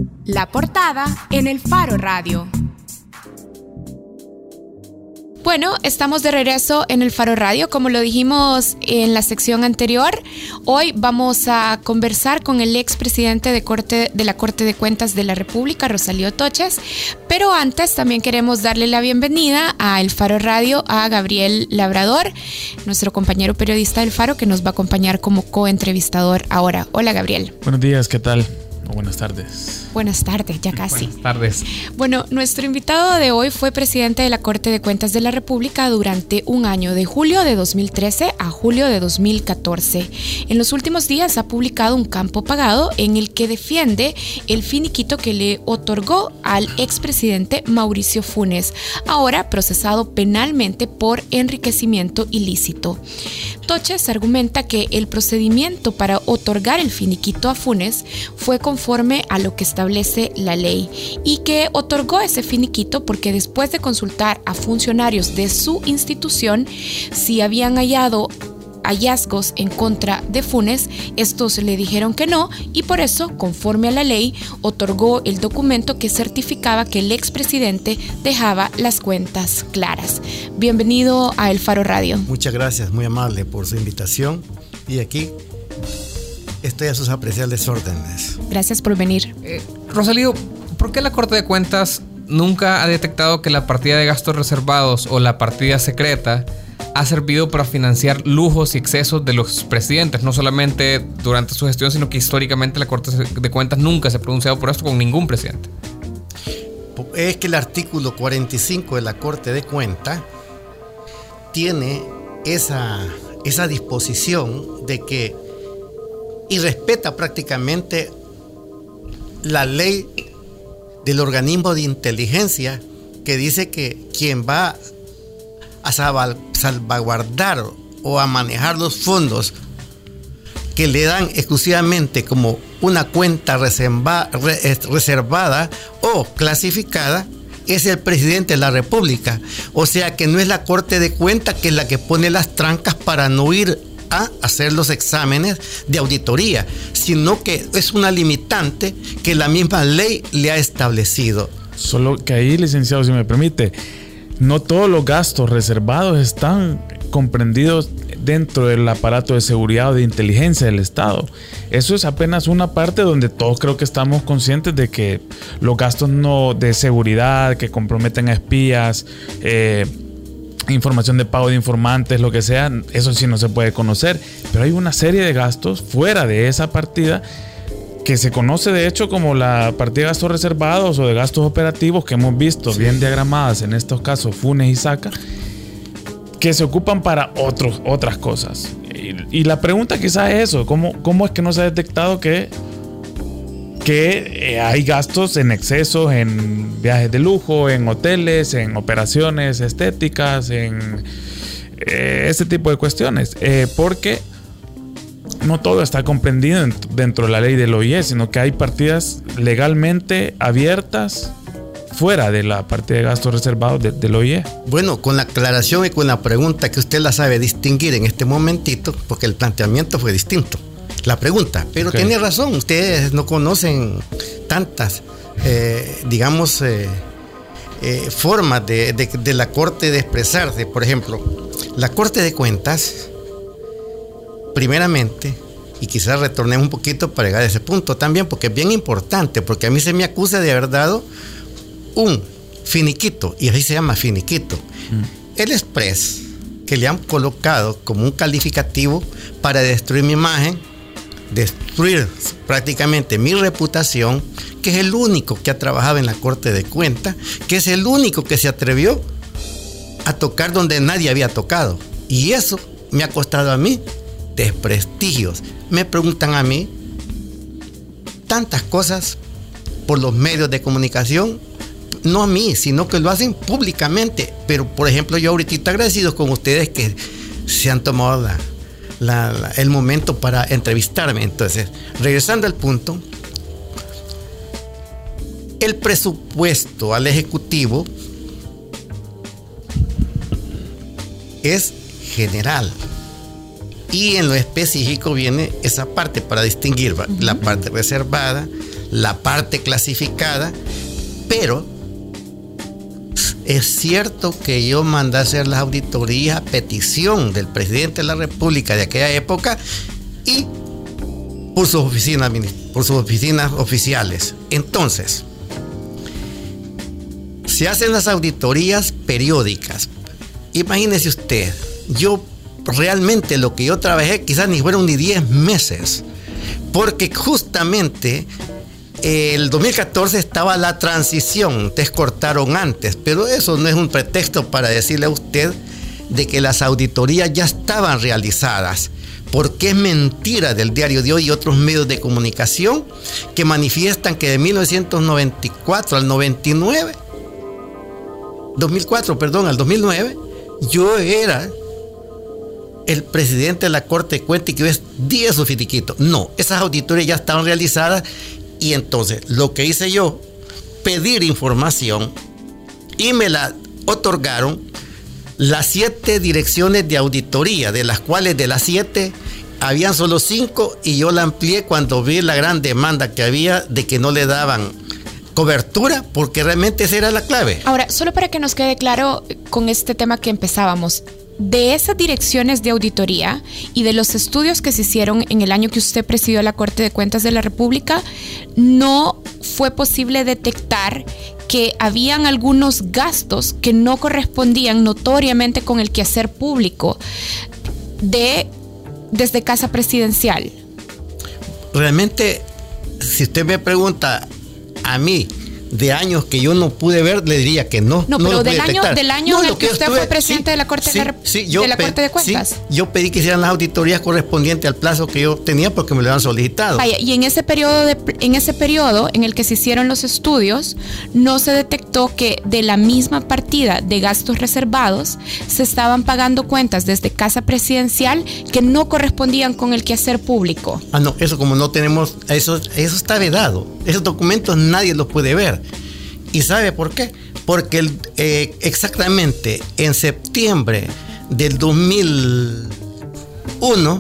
La portada en el Faro Radio. Bueno, estamos de regreso en el Faro Radio. Como lo dijimos en la sección anterior, hoy vamos a conversar con el expresidente de la Corte de Cuentas de la República, Rosalío Toches. Pero antes también queremos darle la bienvenida a el Faro Radio a Gabriel Labrador, nuestro compañero periodista del Faro, que nos va a acompañar como coentrevistador ahora. Hola, Gabriel. Buenos días, ¿qué tal? O buenas tardes. Buenas tardes, ya casi. Buenas tardes. Bueno, nuestro invitado de hoy fue presidente de la Corte de Cuentas de la República durante un año, de julio de 2013 a julio de 2014. En los últimos días ha publicado un campo pagado en el que defiende el finiquito que le otorgó al expresidente Mauricio Funes, ahora procesado penalmente por enriquecimiento ilícito. Toches argumenta que el procedimiento para otorgar el finiquito a Funes fue conforme a lo que establece la ley y que otorgó ese finiquito porque después de consultar a funcionarios de su institución si habían hallado hallazgos en contra de Funes, estos le dijeron que no y por eso, conforme a la ley, otorgó el documento que certificaba que el expresidente dejaba las cuentas claras. Bienvenido a El Faro Radio. Muchas gracias, muy amable por su invitación y aquí estoy a sus apreciables órdenes. Gracias por venir. Rosalío, ¿por qué la Corte de Cuentas nunca ha detectado que la partida de gastos reservados o la partida secreta ha servido para financiar lujos y excesos de los presidentes? No solamente durante su gestión, sino que históricamente la Corte de Cuentas nunca se ha pronunciado por esto con ningún presidente. Es que el artículo 45 de la Corte de Cuentas tiene esa disposición de que, y respeta prácticamente la ley del organismo de inteligencia que dice que quien va a salvaguardar o a manejar los fondos que le dan exclusivamente como una cuenta reservada o clasificada es el presidente de la República. O sea que no es la Corte de Cuentas que es la que pone las trancas para no ir a hacer los exámenes de auditoría, sino que es una limitante que la misma ley le ha establecido. Solo que ahí, licenciado, si me permite, no todos los gastos reservados están comprendidos dentro del aparato de seguridad o de inteligencia del Estado. Eso es apenas una parte donde todos creo que estamos conscientes de que los gastos no de seguridad que comprometen a espías, información de pago de informantes, lo que sea, eso sí no se puede conocer. Pero hay una serie de gastos fuera de esa partida que se conoce de hecho como la partida de gastos reservados o de gastos operativos que hemos visto bien diagramadas en estos casos Funes y Saca, que se ocupan para otras cosas. Y la pregunta quizás es eso, ¿cómo es que no se ha detectado que hay gastos en excesos en viajes de lujo, en hoteles, en operaciones estéticas, en ese tipo de cuestiones? Porque no todo está comprendido dentro de la ley del OIE, sino que hay partidas legalmente abiertas fuera de la partida de gastos reservados del OIE. Bueno, con la aclaración y con la pregunta que usted la sabe distinguir en este momentito, porque el planteamiento fue distinto, la pregunta, pero okay. Tiene razón, ustedes no conocen tantas, formas de la Corte de expresarse. Por ejemplo, la Corte de Cuentas, primeramente, y quizás retornemos un poquito para llegar a ese punto también, porque es bien importante, porque a mí se me acusa de haber dado un finiquito, y así se llama finiquito. El express que le han colocado como un calificativo para destruir mi imagen, destruir prácticamente mi reputación, que es el único que ha trabajado en la Corte de Cuentas, que es el único que se atrevió a tocar donde nadie había tocado, y eso me ha costado a mí desprestigios. Me preguntan a mí tantas cosas por los medios de comunicación, no a mí, sino que lo hacen públicamente. Pero por ejemplo, yo ahorita agradecido con ustedes que se han tomado el momento para entrevistarme. Entonces, regresando al punto, el presupuesto al Ejecutivo es general y en lo específico viene esa parte para distinguir la parte reservada, la parte clasificada, pero es cierto que yo mandé a hacer las auditorías a petición del presidente de la República de aquella época y por sus oficinas oficiales. Entonces, se hacen las auditorías periódicas. Imagínese usted, yo realmente lo que yo trabajé quizás ni fueron ni 10 meses, porque justamente el 2014 estaba la transición, ustedes cortaron antes, pero eso no es un pretexto para decirle a usted de que las auditorías ya estaban realizadas, porque es mentira del Diario de Hoy y otros medios de comunicación que manifiestan que de 1994 al 2009, yo era el presidente de la Corte de Cuentas y que es 10 su finiquito. No, esas auditorías ya estaban realizadas y entonces lo que hice yo, pedir información y me la otorgaron las 7 direcciones de auditoría, de las cuales de las 7 habían solo 5 y yo la amplié cuando vi la gran demanda que había de que no le daban cobertura, porque realmente esa era la clave. Ahora, solo para que nos quede claro con este tema que empezábamos, de esas direcciones de auditoría y de los estudios que se hicieron en el año que usted presidió la Corte de Cuentas de la República, no fue posible detectar que habían algunos gastos que no correspondían notoriamente con el quehacer público desde Casa Presidencial. Realmente, si usted me pregunta a mí de años que yo no pude ver, le diría que no. No, pero del año en el que usted fue presidente de la Corte de Cuentas. Sí, yo pedí que hicieran las auditorías correspondientes al plazo que yo tenía porque me lo habían solicitado. Vaya, y en ese periodo en el que se hicieron los estudios, no se detectó que de la misma partida de gastos reservados se estaban pagando cuentas desde Casa Presidencial que no correspondían con el quehacer público. No, eso como no tenemos, eso está vedado. Esos documentos nadie los puede ver. ¿Y sabe por qué? Porque exactamente en septiembre del 2001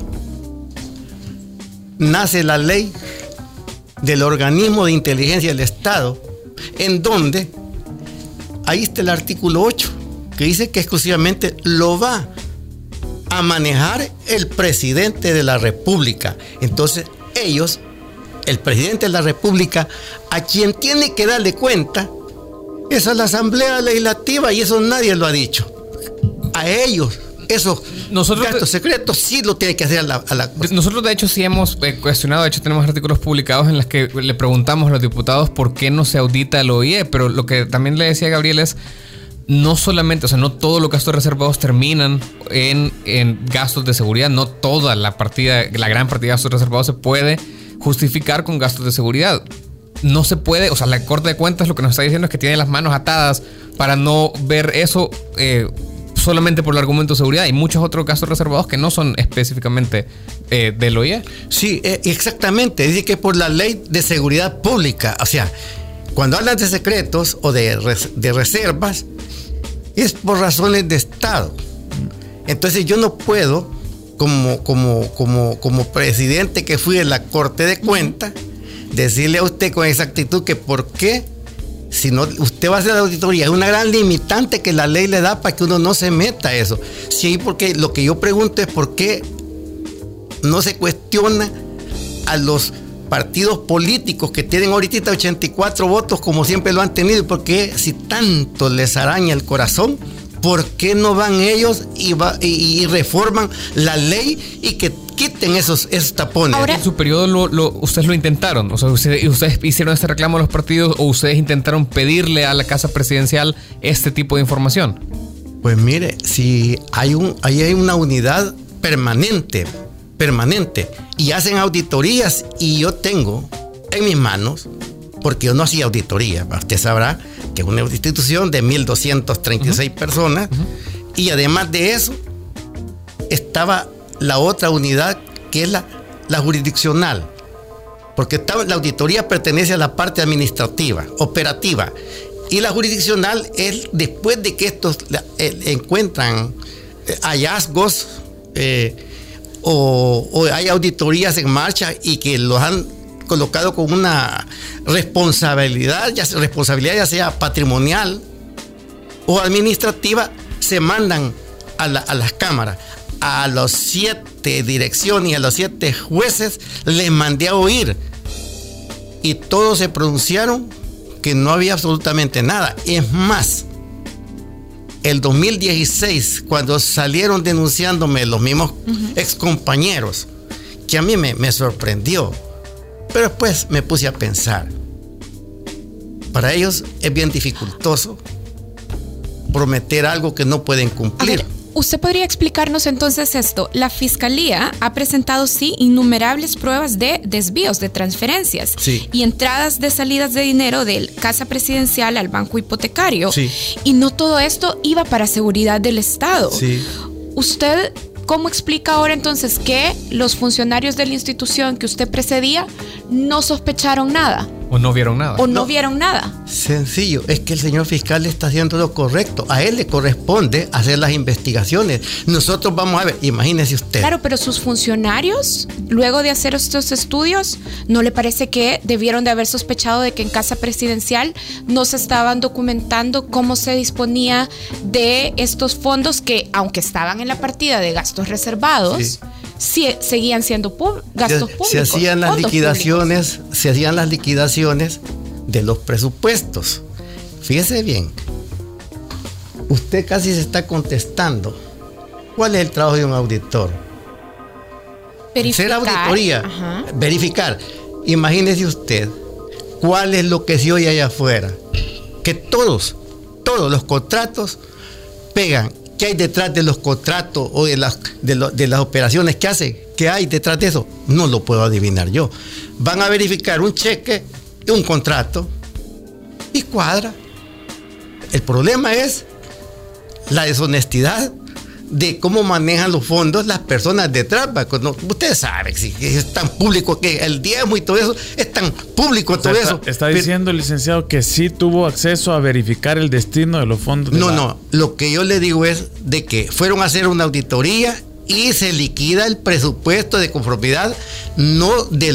nace la ley del organismo de inteligencia del Estado, en donde ahí está el artículo 8, que dice que exclusivamente lo va a manejar el presidente de la República. Entonces ellos, el presidente de la República, a quien tiene que darle cuenta es a la Asamblea Legislativa, y eso nadie lo ha dicho. A ellos, esos gastos secretos sí lo tiene que hacer a la... Nosotros de hecho sí hemos cuestionado, de hecho tenemos artículos publicados en los que le preguntamos a los diputados por qué no se audita el OIE, pero lo que también le decía Gabriel es, no solamente, o sea, no todos los gastos reservados terminan en gastos de seguridad, no toda la gran partida de gastos reservados se puede justificar con gastos de seguridad. No se puede, o sea, la Corte de Cuentas lo que nos está diciendo es que tiene las manos atadas para no ver eso solamente por el argumento de seguridad. Hay muchos otros gastos reservados que no son específicamente del OIE. Sí, exactamente. Dice que por la ley de seguridad pública, o sea, cuando hablan de secretos o de reservas, es por razones de Estado. Entonces yo no puedo, como presidente que fui de la Corte de Cuentas, decirle a usted con exactitud que por qué, si no, usted va a hacer la auditoría. Es una gran limitante que la ley le da para que uno no se meta a eso. Sí, porque lo que yo pregunto es por qué no se cuestiona a los partidos políticos que tienen ahorita 84 votos como siempre lo han tenido, y por qué, si tanto les araña el corazón, ¿por qué no van ellos y reforman la ley y que quiten esos tapones? Ahora, en su periodo ustedes lo intentaron, o sea, ustedes hicieron este reclamo a los partidos, o ustedes intentaron pedirle a la Casa Presidencial este tipo de información. Pues mire, si hay una unidad permanente y hacen auditorías, y yo tengo en mis manos, porque yo no hacía auditoría, usted sabrá que es una institución de 1,236 personas, y además de eso estaba la otra unidad que es la jurisdiccional, porque la auditoría pertenece a la parte administrativa, operativa, y la jurisdiccional es después de que estos encuentran hallazgos o hay auditorías en marcha y que los han colocado con una responsabilidad ya sea patrimonial o administrativa, se mandan a las cámaras. A los 7 direcciones y a los 7 jueces les mandé a oír y todos se pronunciaron que no había absolutamente nada. Es más, el 2016, cuando salieron denunciándome los mismos excompañeros, que a mí me sorprendió, pero después me puse a pensar, para ellos es bien dificultoso prometer algo que no pueden cumplir. ¿Usted podría explicarnos entonces esto? La Fiscalía ha presentado, sí, innumerables pruebas de desvíos, de transferencias y entradas de salidas de dinero del Casa Presidencial al Banco Hipotecario. Sí. Y no todo esto iba para seguridad del Estado. Sí. ¿Usted cómo explica ahora entonces que los funcionarios de la institución que usted precedía no sospecharon nada? ¿O no vieron nada? ¿O no vieron nada? Sencillo, es que el señor fiscal está haciendo lo correcto. A él le corresponde hacer las investigaciones. Nosotros vamos a ver, imagínese usted. Claro, pero sus funcionarios, luego de hacer estos estudios, ¿no le parece que debieron de haber sospechado de que en Casa Presidencial no se estaban documentando cómo se disponía de estos fondos que, aunque estaban en la partida de gastos reservados, sí, seguían siendo gastos públicos? Se hacían las liquidaciones de los presupuestos. Fíjese bien, usted casi se está contestando. ¿Cuál es el trabajo de un auditor? Verificar. Hacer auditoría, verificar. Imagínese usted cuál es lo que se oye allá afuera. Que todos los contratos pegan. ¿Qué hay detrás de los contratos o de las operaciones que hace? ¿Qué hay detrás de eso? No lo puedo adivinar yo. Van a verificar un cheque, un contrato y cuadra. El problema es la deshonestidad de cómo manejan los fondos las personas detrás. Ustedes saben si es tan público que el diezmo y todo eso es tan público todo eso. Está diciendo el licenciado que sí tuvo acceso a verificar el destino de los fondos. No. Lo que yo le digo es de que fueron a hacer una auditoría y se liquida el presupuesto de conformidad, no de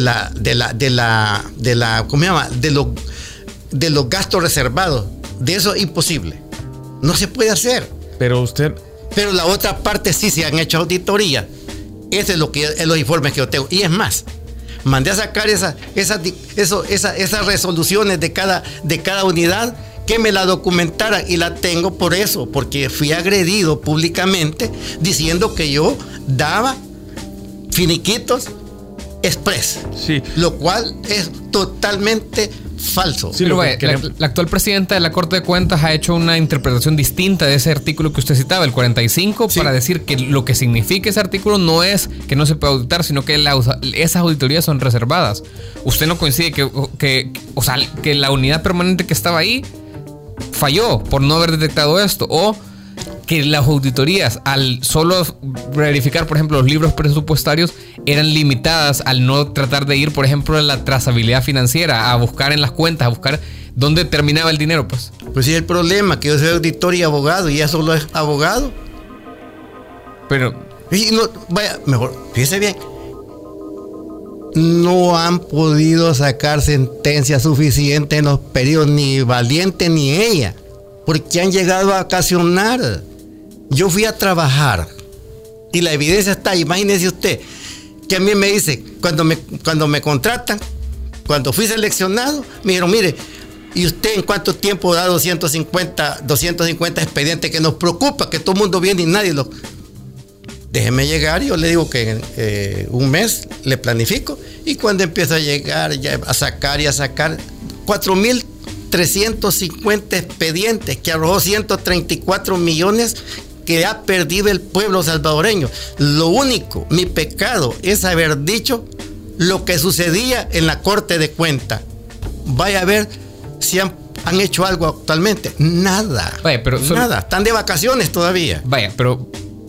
¿cómo se llama? De los gastos reservados. De eso es imposible. No se puede hacer. Pero la otra parte sí se han hecho auditorías. Ese es los informes que yo tengo. Y es más, mandé a sacar esas resoluciones de cada unidad, que me la documentaran, y la tengo por eso, porque fui agredido públicamente diciendo que yo daba finiquitos express, lo cual es totalmente falso. Sí, pero la actual presidenta de la Corte de Cuentas ha hecho una interpretación distinta de ese artículo que usted citaba, el 45, para decir que lo que significa ese artículo no es que no se puede auditar, sino que esas auditorías son reservadas. ¿Usted no coincide que la unidad permanente que estaba ahí falló por no haber detectado esto? ¿O que las auditorías, al solo verificar, por ejemplo, los libros presupuestarios, eran limitadas al no tratar de ir, por ejemplo, a la trazabilidad financiera, a buscar en las cuentas, a buscar dónde terminaba el dinero? Pues sí, el problema que yo soy auditor y abogado, y ya solo es abogado. Pero mejor, fíjese bien, no han podido sacar sentencia suficiente en los periodos, ni Valiente ni ella, porque han llegado a ocasionar. Yo fui a trabajar y la evidencia está. Imagínese usted que a mí me dice, cuando me contratan, cuando fui seleccionado, me dijeron, mire, ¿y usted en cuánto tiempo da 250 expedientes? Que nos preocupa, que todo el mundo viene y nadie lo... Déjeme llegar, y yo le digo que un mes le planifico, y cuando empiezo a llegar, ya a sacar 4,350 expedientes que arrojó 134 millones que ha perdido el pueblo salvadoreño. Lo único, mi pecado, es haber dicho lo que sucedía en la Corte de Cuentas. Vaya a ver si han hecho algo actualmente. Nada. Nada. Están de vacaciones todavía. Pero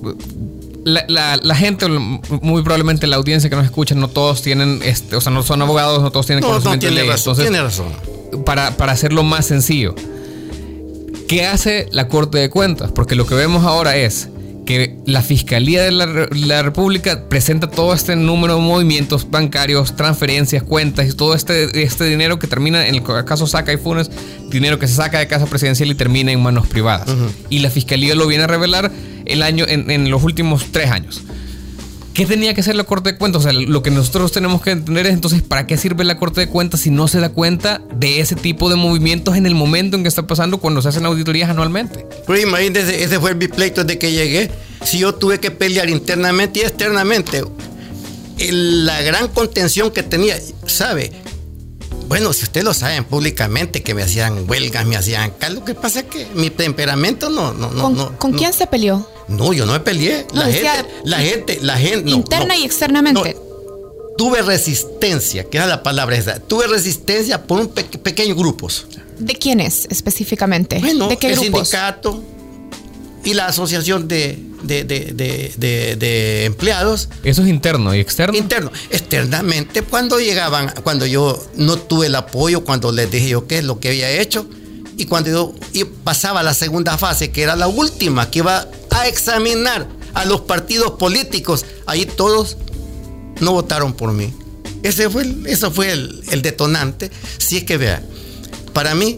la gente, muy probablemente la audiencia que nos escucha, no todos tienen, no son abogados, no todos tienen conocimiento de ley. Tiene razón. Para hacerlo más sencillo, ¿qué hace la Corte de Cuentas? Porque lo que vemos ahora es que la Fiscalía de la República presenta todo este número de movimientos bancarios, transferencias, cuentas y todo este dinero que termina, en el caso Saca y Funes, dinero que se saca de casa presidencial y termina en manos privadas. Y la Fiscalía lo viene a revelar en los últimos 3 años. ¿Qué tenía que hacer la Corte de Cuentas? O sea, lo que nosotros tenemos que entender es entonces ¿para qué sirve la Corte de Cuentas si no se da cuenta de ese tipo de movimientos en el momento en que está pasando cuando se hacen auditorías anualmente? Pero imagínense, ese fue mi pleito desde que llegué. Si yo tuve que pelear internamente y externamente, la gran contención que tenía, ¿sabe? Bueno, si ustedes lo saben públicamente, que me hacían huelgas, me hacían cal, lo que pasa es que mi temperamento ¿Con quién se peleó? No, yo no me peleé. No, La gente. Interna y externamente. Tuve resistencia, que era la palabra esa. Tuve resistencia por un pequeños grupos. ¿De quiénes específicamente? Bueno, ¿de qué el grupos? sindicato y la asociación de empleados. ¿Eso es interno y externo? Interno. Externamente, cuando yo no tuve el apoyo, cuando les dije yo qué es lo que había hecho, y cuando yo pasaba a la segunda fase, que era la última, que iba a examinar a los partidos políticos, ahí todos no votaron por mí. Eso fue el detonante. Si es que vean, para mí,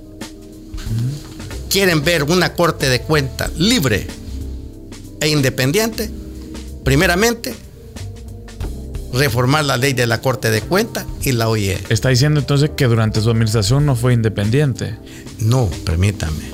quieren ver una Corte de Cuentas libre e independiente, primeramente, reformar la ley de la Corte de Cuentas y la OIE. ¿Está diciendo entonces que durante su administración no fue independiente? No, permítame.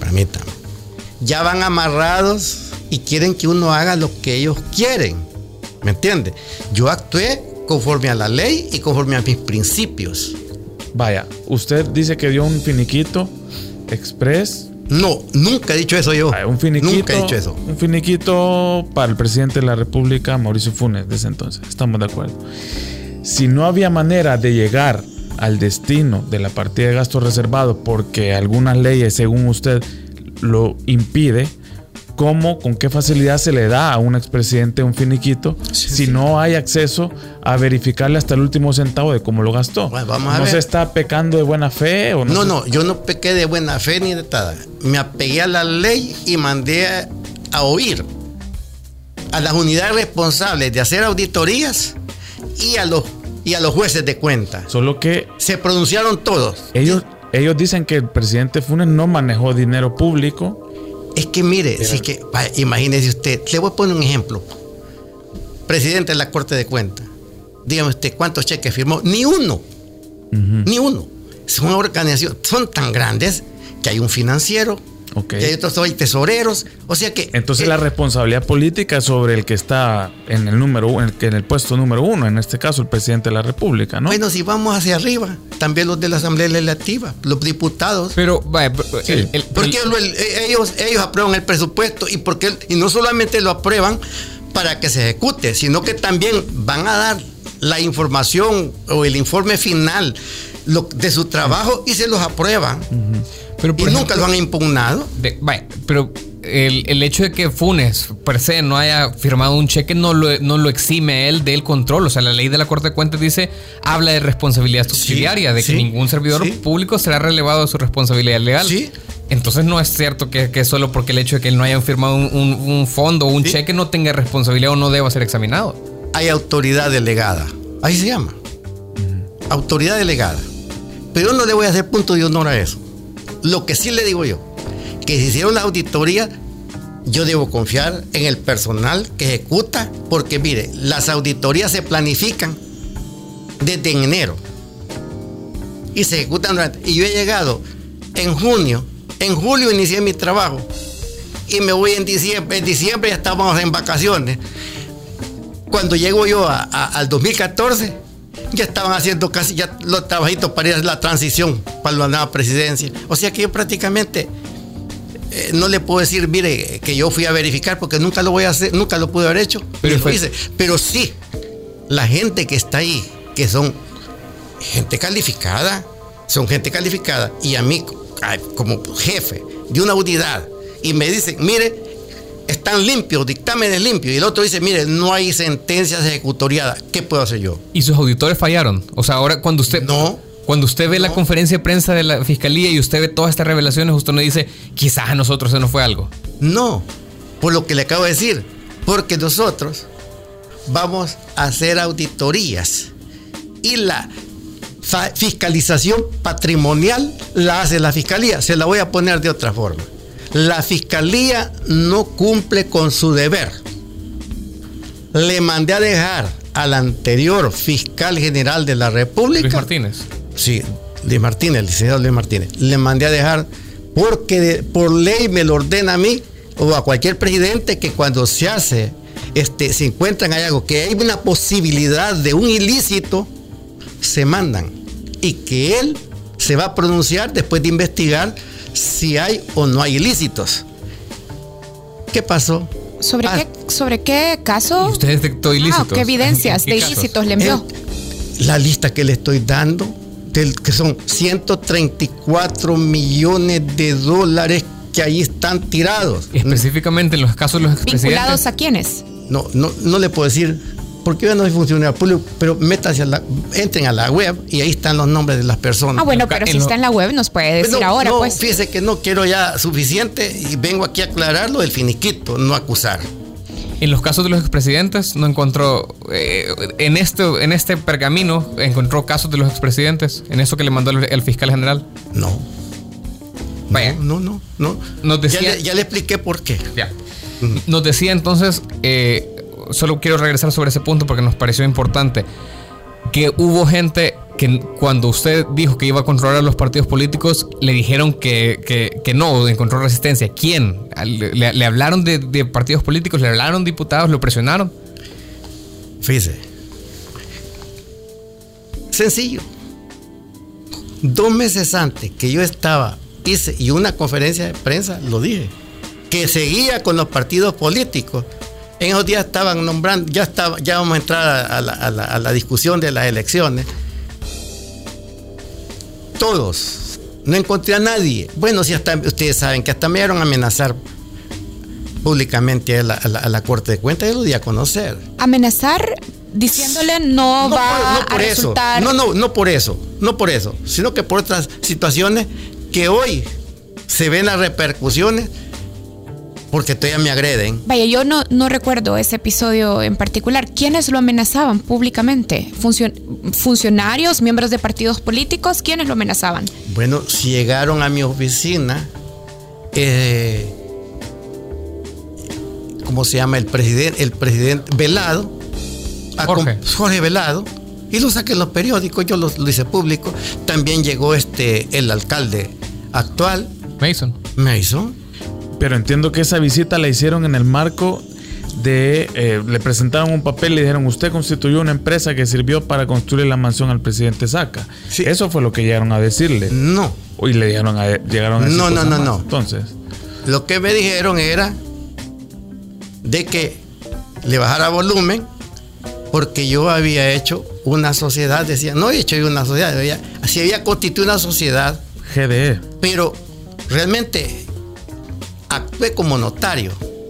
Ya van amarrados y quieren que uno haga lo que ellos quieren. ¿Me entiende? Yo actué conforme a la ley y conforme a mis principios. Vaya, usted dice que dio un finiquito express. No, nunca he dicho eso yo. Un finiquito, nunca he dicho eso. Un finiquito para el presidente de la República, Mauricio Funes, desde entonces. Estamos de acuerdo. Si no había manera de llegar al destino de la partida de gasto reservado porque algunas leyes, según usted, lo impide, ¿cómo, con qué facilidad se le da a un expresidente un finiquito si no hay acceso a verificarle hasta el último centavo de cómo lo gastó? Bueno, vamos a ¿No ver. se está pecando de buena fe? ¿O No, yo no pequé de buena fe ni de nada. Me apegué a la ley y mandé a oír a las unidades responsables de hacer auditorías y a los jueces de cuenta. Solo que se pronunciaron todos. Ellos dicen que el presidente Funes no manejó dinero público. Es que mire, imagínese usted, le voy a poner un ejemplo. Presidente de la Corte de Cuentas, dígame usted, ¿cuántos cheques firmó? Ni uno. Ni uno. Son organizaciones, son tan grandes que hay un financiero, que hay otros, hay tesoreros. O sea que. Entonces la responsabilidad política es sobre el que está en el puesto número 1, en este caso el presidente de la República, ¿no? Bueno, si vamos hacia arriba, también los de la Asamblea Legislativa, los diputados. Pero, vaya, porque ellos aprueban el presupuesto y no solamente lo aprueban para que se ejecute, sino que también van a dar la información o el informe final de su trabajo y se los aprueban. Pero, y nunca lo han impugnado. Pero el hecho de que Funes per se no haya firmado un cheque no lo exime a él del control. O sea, la ley de la Corte de Cuentas habla de responsabilidad subsidiaria, de que ningún servidor público será relevado de su responsabilidad legal. Sí. Entonces no es cierto que solo porque el hecho de que él no haya firmado un fondo o un cheque no tenga responsabilidad o no deba ser examinado. Hay autoridad delegada. Ahí se llama. Autoridad delegada. Pero yo no le voy a hacer punto de honor a eso. Lo que sí le digo yo, que si hicieron la auditoría, yo debo confiar en el personal que ejecuta, porque mire, las auditorías se planifican desde enero y se ejecutan y yo he llegado en julio inicié mi trabajo y me voy en diciembre ya estábamos en vacaciones. Cuando llego yo al 2014, ya estaban haciendo casi ya los trabajitos para ir a la transición para la nueva presidencia. O sea que yo prácticamente no le puedo decir, mire, que yo fui a verificar porque nunca lo voy a hacer, nunca lo pude haber hecho. Pero sí, la gente que está ahí, que son gente calificada, y a mí como jefe de una unidad y me dicen, mire, están limpios, dictámenes limpios, y el otro dice, mire, no hay sentencias ejecutoriadas, ¿qué puedo hacer yo? ¿Y sus auditores fallaron? O sea, ahora cuando usted ve la conferencia de prensa de la Fiscalía y usted ve todas estas revelaciones, usted no dice, quizás a nosotros se nos fue algo. No, Por lo que le acabo de decir, porque nosotros vamos a hacer auditorías y la fiscalización patrimonial la hace la Fiscalía. Se la voy a poner de otra forma. La Fiscalía no cumple con su deber. Le mandé a dejar al anterior fiscal general de la República, Luis Martínez. Sí, Luis Martínez, el licenciado Luis Martínez. Le mandé a dejar porque por ley me lo ordena a mí o a cualquier presidente que cuando se hace, se encuentran hay algo, que hay una posibilidad de un ilícito, se mandan. Y que él se va a pronunciar después de investigar si hay o no hay ilícitos. ¿Qué pasó? ¿Sobre qué caso? ¿Y usted detectó ilícitos? ¿Qué evidencias de ilícitos le envió? La lista que le estoy dando, que son 134 millones de dólares que ahí están tirados. Específicamente en los casos de los expresidentes. ¿Vinculados a quiénes? No le puedo decir, porque yo no soy funcionario público, pero entren a la web y ahí están los nombres de las personas. Bueno, pero si está en la web nos puede decir ahora, pues. Fíjese que no quiero ya suficiente y vengo aquí a aclararlo del finiquito, no acusar. En los casos de los expresidentes, ¿no encontró, en este pergamino, encontró casos de los expresidentes? ¿En eso que le mandó el fiscal general? No. Vaya. No. Nos decía, ya le expliqué por qué. Ya. Nos decía entonces, solo quiero regresar sobre ese punto porque nos pareció importante, que hubo gente que cuando usted dijo que iba a controlar a los partidos políticos, le dijeron que no, encontró resistencia. ¿Quién? ¿Le hablaron de partidos políticos? ¿Le hablaron diputados? ¿Lo presionaron? Fíjese. Sencillo. 2 meses antes que yo hice y una conferencia de prensa, lo dije, que seguía con los partidos políticos. En esos días estaban nombrando, ya vamos a entrar a la discusión de las elecciones. Todos, no encontré a nadie. Bueno, si hasta ustedes saben que hasta me dieron a amenazar públicamente a la Corte de Cuentas, yo lo di a conocer. ¿Amenazar? Diciéndole no va a resultar. No por eso, sino que por otras situaciones que hoy se ven las repercusiones porque todavía me agreden. Vaya, yo no recuerdo ese episodio en particular. ¿Quiénes lo amenazaban públicamente? ¿Funcionarios, miembros de partidos políticos? ¿Quiénes lo amenazaban? Bueno, si llegaron a mi oficina, ¿cómo se llama? El presidente Velado, Jorge Velado, y lo saqué en los periódicos, yo lo hice público. También llegó el alcalde actual, Mason. Pero entiendo que esa visita la hicieron en el marco de... le presentaron un papel y le dijeron, usted constituyó una empresa que sirvió para construir la mansión al presidente Saca. Sí. Eso fue lo que llegaron a decirle. No. Y le llegaron a decir No. Entonces, lo que me dijeron era de que le bajara volumen porque yo había hecho una sociedad. Decía, no he hecho yo una sociedad. Así había constituido una sociedad. GDE. Pero realmente... actué como notario.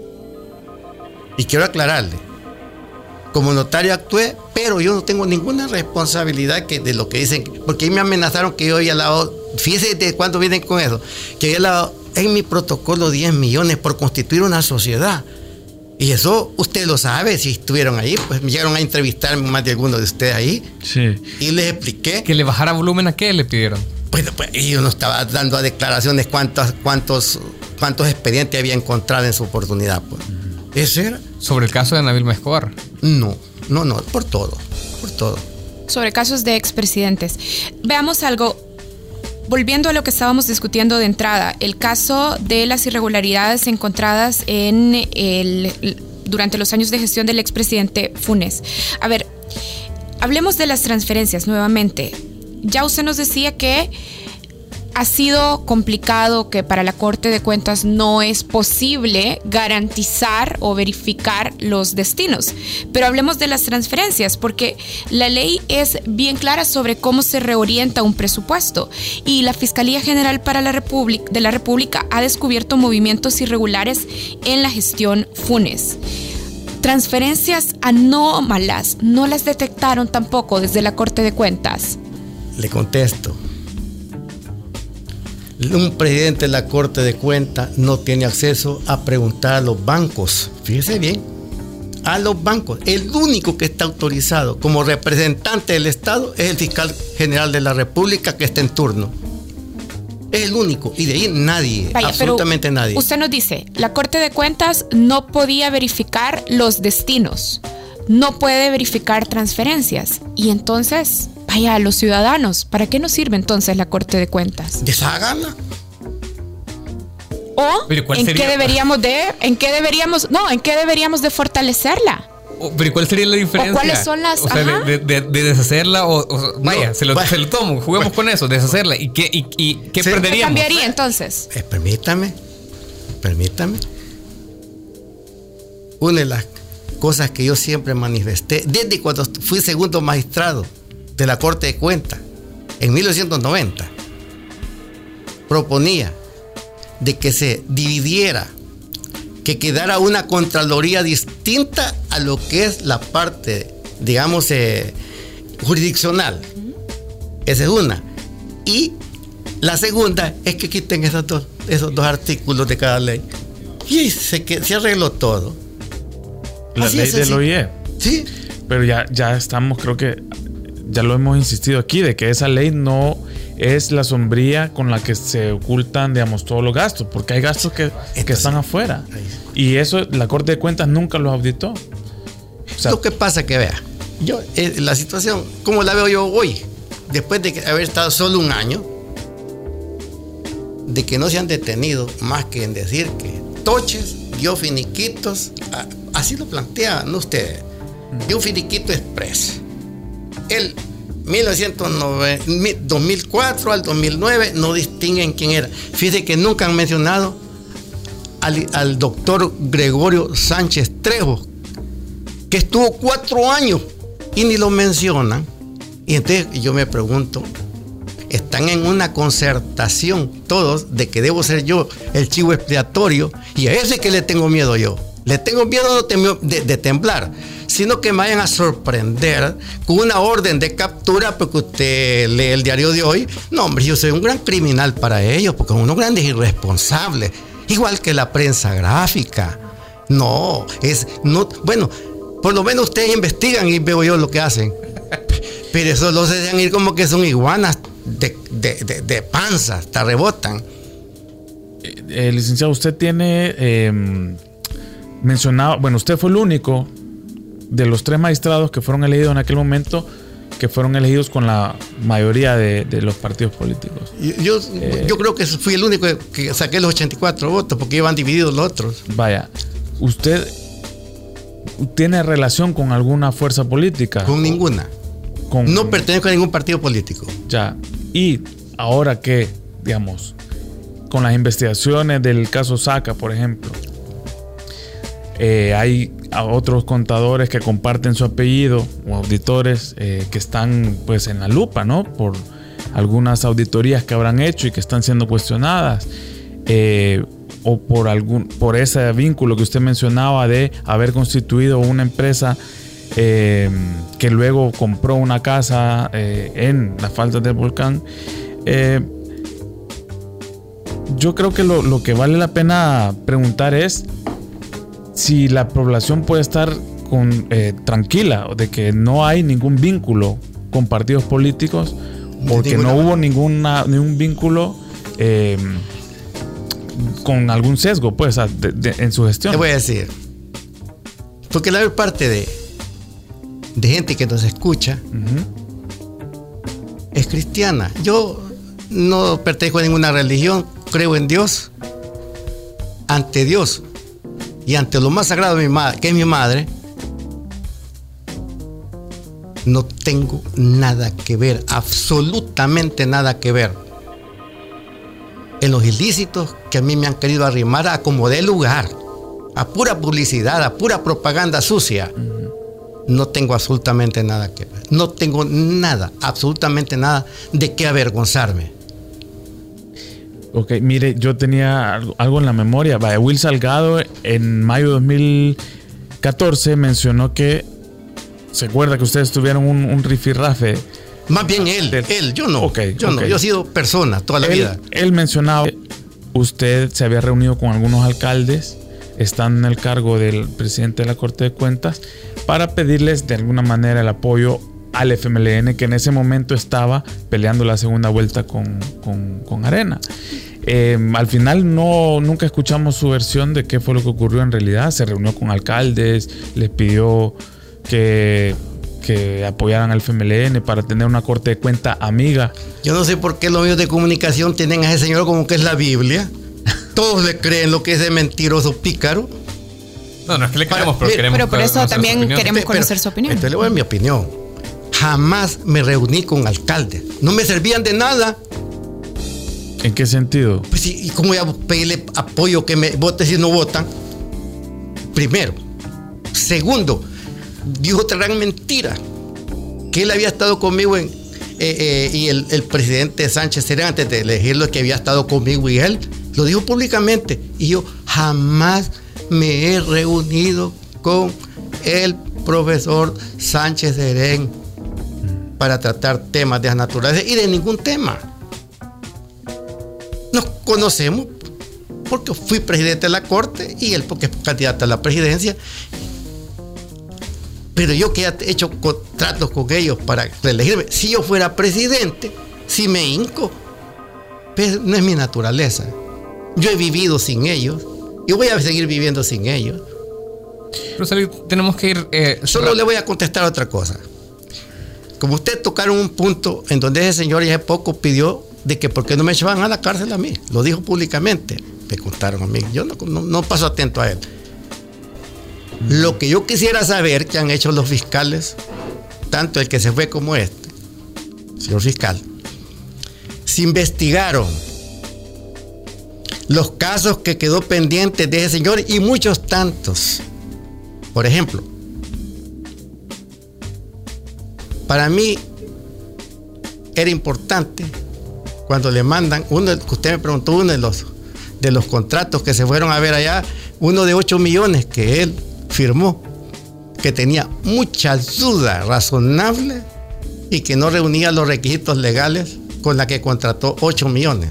Y quiero aclararle. Como notario actué, pero yo no tengo ninguna responsabilidad de lo que dicen. Porque ahí me amenazaron que yo había lavado. Fíjese de cuándo vienen con eso. Que había lavado en mi protocolo 10 millones por constituir una sociedad. Y eso usted lo sabe, si estuvieron ahí, pues me llegaron a entrevistarme más de algunos de ustedes ahí. Sí. Y les expliqué. ¿Que le bajara volumen a qué le pidieron? Pues yo no estaba dando declaraciones cuántos expedientes había encontrado en su oportunidad. Pues. ¿Eso era? ¿Sobre el caso de Nabil Escobar? No, por todo. Sobre casos de expresidentes. Veamos algo. Volviendo a lo que estábamos discutiendo de entrada, el caso de las irregularidades encontradas durante los años de gestión del expresidente Funes. A ver, hablemos de las transferencias nuevamente. Ya usted nos decía que ha sido complicado, que para la Corte de Cuentas no es posible garantizar o verificar los destinos. Pero hablemos de las transferencias, porque la ley es bien clara sobre cómo se reorienta un presupuesto. Y la Fiscalía General de la República ha descubierto movimientos irregulares en la gestión Funes. Transferencias anómalas no las detectaron tampoco desde la Corte de Cuentas. Le contesto. Un presidente de la Corte de Cuentas no tiene acceso a preguntar a los bancos. Fíjese bien, a los bancos. El único que está autorizado como representante del Estado es el fiscal general de la República, que está en turno. Es el único. Y de ahí nadie, Vaya, absolutamente nadie. Usted nos dice, la Corte de Cuentas no podía verificar los destinos, no puede verificar transferencias. Y entonces, vaya, los ciudadanos, ¿para qué nos sirve entonces la Corte de Cuentas? Desháganla. ¿O en sería? qué deberíamos de fortalecerla? Pero ¿cuál sería la diferencia? ¿O cuáles son las...? O sea, de deshacerla vaya, se lo tomo, juguemos con eso, deshacerla. ¿Y qué Sí. perderíamos? ¿Qué cambiaría entonces? Permítame. Una de las cosas que yo siempre manifesté, desde cuando fui segundo magistrado de la Corte de Cuentas, en 1990, proponía de que se dividiera, que quedara una Contraloría distinta a lo que es la parte, digamos, jurisdiccional. Esa es una. Y la segunda es que quiten esos dos artículos de cada ley. Y se arregló todo. La Así ley es, del así. OIE. Sí. Pero ya estamos, creo que ya lo hemos insistido aquí, de que esa ley no es la sombría con la que se ocultan, digamos, todos los gastos, porque hay gastos que están afuera. Y eso la Corte de Cuentas nunca los auditó. O sea, Lo que pasa que vea, yo la situación, como la veo yo hoy, después de haber estado solo un año, de que no se han detenido más que en decir que toches, dio finiquitos, así lo plantean ustedes, dio un finiquito express. El 2004 al 2009 no distinguen quién era. Fíjese que nunca han mencionado al doctor Gregorio Sánchez Trejo, que estuvo 4 años y ni lo mencionan. Y entonces yo me pregunto, están en una concertación todos de que debo ser yo el chivo expiatorio, y a ese que le tengo miedo yo. Le tengo miedo de temblar, sino que me vayan a sorprender con una orden de captura porque usted lee el diario de hoy. No, hombre, yo soy un gran criminal para ellos, porque son unos grandes irresponsables, igual que la prensa gráfica. Bueno, por lo menos ustedes investigan y veo yo lo que hacen. Pero eso lo se dejan ir como que son iguanas de panza, hasta rebotan. licenciado, usted tiene mencionado, bueno, usted fue el único de los 3 magistrados que fueron elegidos en aquel momento, que fueron elegidos con la mayoría de los partidos políticos. Yo creo que fui el único que saqué los 84 votos, porque iban divididos los otros. Vaya, ¿usted tiene relación con alguna fuerza política? Con ninguna. No pertenezco a ningún partido político. Ya. Y ahora que, digamos, con las investigaciones del caso Saca, por ejemplo, hay a otros contadores que comparten su apellido o auditores que están pues en la lupa, ¿no? Por algunas auditorías que habrán hecho y que están siendo cuestionadas, o por ese vínculo que usted mencionaba de haber constituido una empresa que luego compró una casa en las faldas del volcán. Yo creo que lo que vale la pena preguntar es si la población puede estar tranquila de que no hay ningún vínculo con partidos políticos, porque no hubo ningún vínculo con algún sesgo pues en su gestión. Te voy a decir, porque la mayor parte de gente que nos escucha es cristiana. Yo no pertenezco a ninguna religión, creo en Dios. Ante Dios y ante lo más sagrado de mi madre, que es mi madre, no tengo nada que ver, absolutamente nada que ver en los ilícitos que a mí me han querido arrimar a como dé lugar, a pura publicidad, a pura propaganda sucia. No tengo absolutamente nada que ver. No tengo nada, absolutamente nada de qué avergonzarme. Ok, mire, yo tenía algo en la memoria. Vaya, Will Salgado en mayo de 2014 mencionó que, ¿se acuerda que ustedes tuvieron un rifirrafe Más bien él, yo no. Yo he sido persona toda la vida. Él mencionaba, usted se había reunido con algunos alcaldes, estando en el cargo del presidente de la Corte de Cuentas, para pedirles de alguna manera el apoyo al FMLN, que en ese momento estaba peleando la segunda vuelta con Arena. Al final nunca escuchamos su versión de qué fue lo que ocurrió en realidad. Se reunió con alcaldes, les pidió que apoyaran al FMLN para tener una Corte de Cuentas amiga. Yo no sé por qué los medios de comunicación tienen a ese señor como que es la Biblia. Todos le creen lo que es de mentiroso pícaro. No es que le creemos, pero queremos. Pero por eso también queremos conocer su opinión. Entonces le voy a dar mi opinión. Jamás me reuní con alcaldes. No me servían de nada. ¿En qué sentido? Pues, ¿y cómo voy a pedirle apoyo que me voten si no votan? Primero. Segundo, dijo otra gran mentira. Que él había estado conmigo y el presidente Sánchez Serén, antes de elegirlo, que había estado conmigo y él, lo dijo públicamente. Y yo jamás me he reunido con el profesor Sánchez Serén para tratar temas de las naturalezas y de ningún tema. Nos conocemos porque fui presidente de la Corte y él porque es candidato a la presidencia. Pero yo que he hecho contratos con ellos para reelegirme, si yo fuera presidente, si me hinco, pero no es mi naturaleza. Yo he vivido sin ellos y voy a seguir viviendo sin ellos. Rosalío, tenemos que ir... Solo le voy a contestar otra cosa. Como ustedes tocaron un punto en donde ese señor ya hace poco pidió de que por qué no me echaban a la cárcel a mí. Lo dijo públicamente. Me contaron a mí. Yo no paso atento a él. Lo que yo quisiera saber que han hecho los fiscales, tanto el que se fue como este, señor fiscal, se investigaron los casos que quedó pendientes de ese señor y muchos tantos. Por ejemplo, para mí era importante cuando le mandan uno, que usted me preguntó, uno de los contratos que se fueron a ver allá, uno de 8 millones que él firmó, que tenía muchas dudas razonables y que no reunía los requisitos legales con la que contrató 8 millones.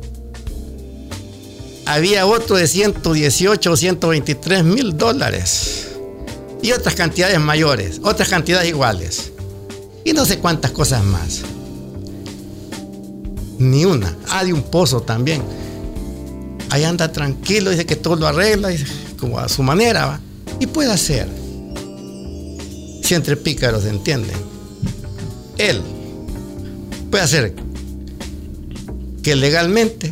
Había otro de 118 o 123 mil dólares y otras cantidades mayores, otras cantidades iguales y no sé cuántas cosas más. Ni una. De un pozo también. Ahí anda tranquilo, dice que todo lo arregla, dice, como a su manera, ¿va? Y puede hacer. Si entre pícaros se entienden. Él puede hacer que legalmente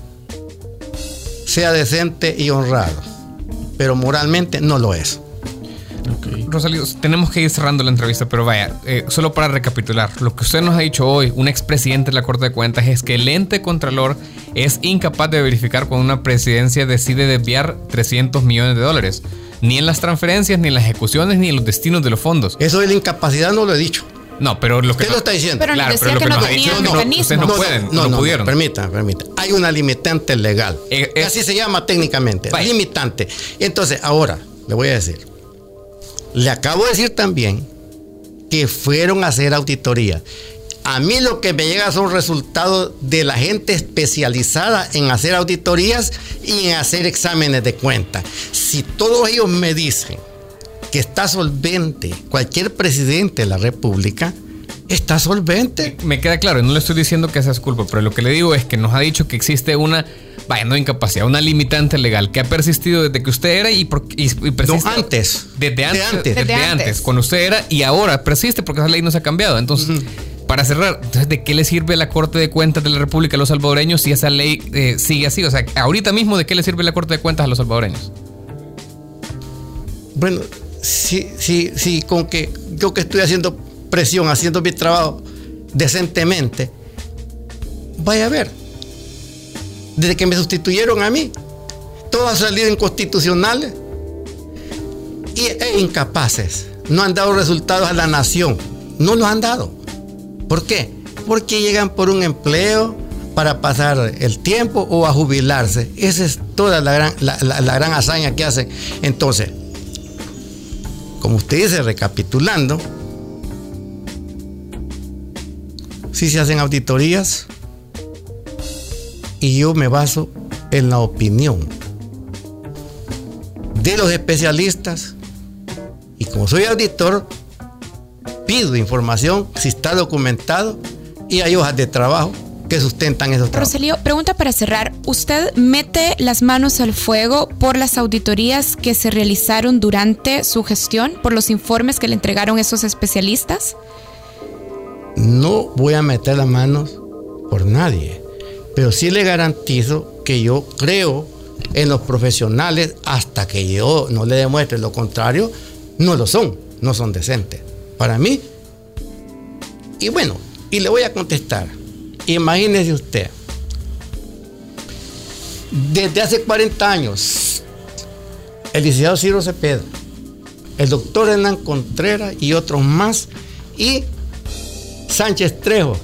sea decente y honrado, pero moralmente no lo es. Okay. Rosalío, tenemos que ir cerrando la entrevista, pero vaya, solo para recapitular, lo que usted nos ha dicho hoy, un expresidente de la Corte de Cuentas, es que el ente contralor es incapaz de verificar cuando una presidencia decide desviar 300 millones de dólares, ni en las transferencias, ni en las ejecuciones, ni en los destinos de los fondos. Eso de la incapacidad no lo he dicho. No, pero lo que... Usted lo está diciendo. Pero claro, decía que no tenían mecanismo. Ustedes no pueden, no pudieron. Permita. Hay una limitante legal. Así se llama técnicamente. Vaya. Limitante. Entonces, ahora, le voy a decir. Le acabo de decir también que fueron a hacer auditoría. A mí lo que me llega son resultados de la gente especializada en hacer auditorías y en hacer exámenes de cuentas. Si todos ellos me dicen que está solvente cualquier presidente de la República, está solvente. Me queda claro, no le estoy diciendo que esa es culpa, pero lo que le digo es que nos ha dicho que existe una, no incapacidad, una limitante legal que ha persistido desde que usted era y persiste. No, antes. Desde antes, cuando usted era y ahora persiste porque esa ley no se ha cambiado. Entonces, para cerrar, entonces, ¿de qué le sirve la Corte de Cuentas de la República a los salvadoreños si esa ley sigue así? O sea, ahorita mismo, ¿de qué le sirve la Corte de Cuentas a los salvadoreños? Bueno, sí, con que yo que estoy haciendo presión, haciendo mi trabajo decentemente, vaya a ver, desde que me sustituyeron a mí, todos han salido inconstitucionales e incapaces, no han dado resultados a la nación, no los han dado. ¿Por qué? Porque llegan por un empleo para pasar el tiempo o a jubilarse. Esa es toda la gran hazaña que hacen. Entonces, como usted dice, recapitulando, sí se hacen auditorías y yo me baso en la opinión de los especialistas, y como soy auditor pido información si está documentado y hay hojas de trabajo que sustentan esos trabajos. Rosalío, pregunta para cerrar. ¿Usted mete las manos al fuego por las auditorías que se realizaron durante su gestión, por los informes que le entregaron esos especialistas? No voy a meter las manos por nadie, pero sí le garantizo que yo creo en los profesionales hasta que yo no le demuestre lo contrario. No lo son, no son decentes para mí. Y bueno, y le voy a contestar. Imagínese usted, desde hace 40 años, el licenciado Ciro Cepeda, el doctor Hernán Contreras y otros más, y Sánchez Trejo,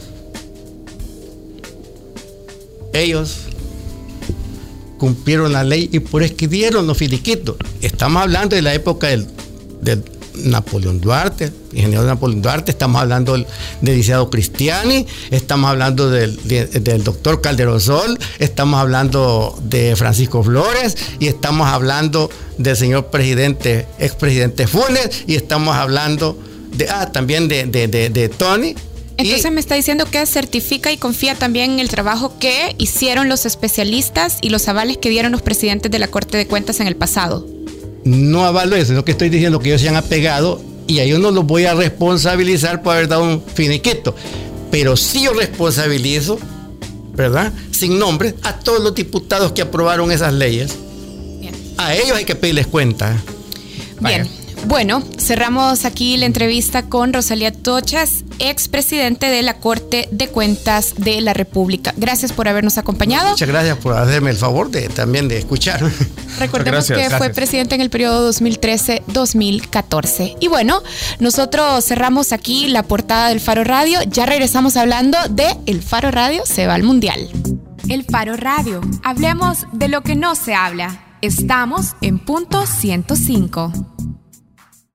ellos cumplieron la ley y por escribieron los finiquitos. Estamos hablando de la época del Napoleón Duarte, ingeniero Napoleón Duarte, estamos hablando del licenciado Cristiani, estamos hablando del doctor Calderón Sol, estamos hablando de Francisco Flores y estamos hablando del señor presidente, expresidente Funes, y estamos hablando también de Tony. Entonces me está diciendo que certifica y confía también en el trabajo que hicieron los especialistas y los avales que dieron los presidentes de la Corte de Cuentas en el pasado. No avalo eso, sino que estoy diciendo que ellos se han apegado y a ellos no los voy a responsabilizar por haber dado un finiquito. Pero sí yo responsabilizo, ¿verdad?, sin nombre, a todos los diputados que aprobaron esas leyes. Bien. A ellos hay que pedirles cuenta. Bien. Bueno, cerramos aquí la entrevista con Rosalía Tochas, expresidente de la Corte de Cuentas de la República. Gracias por habernos acompañado. Muchas gracias por hacerme el favor también de escuchar. Recordemos que fue presidente en el periodo 2013-2014. Y bueno, nosotros cerramos aquí la portada del Faro Radio. Ya regresamos hablando de El Faro Radio se va al Mundial. El Faro Radio. Hablemos de lo que no se habla. Estamos en punto 105.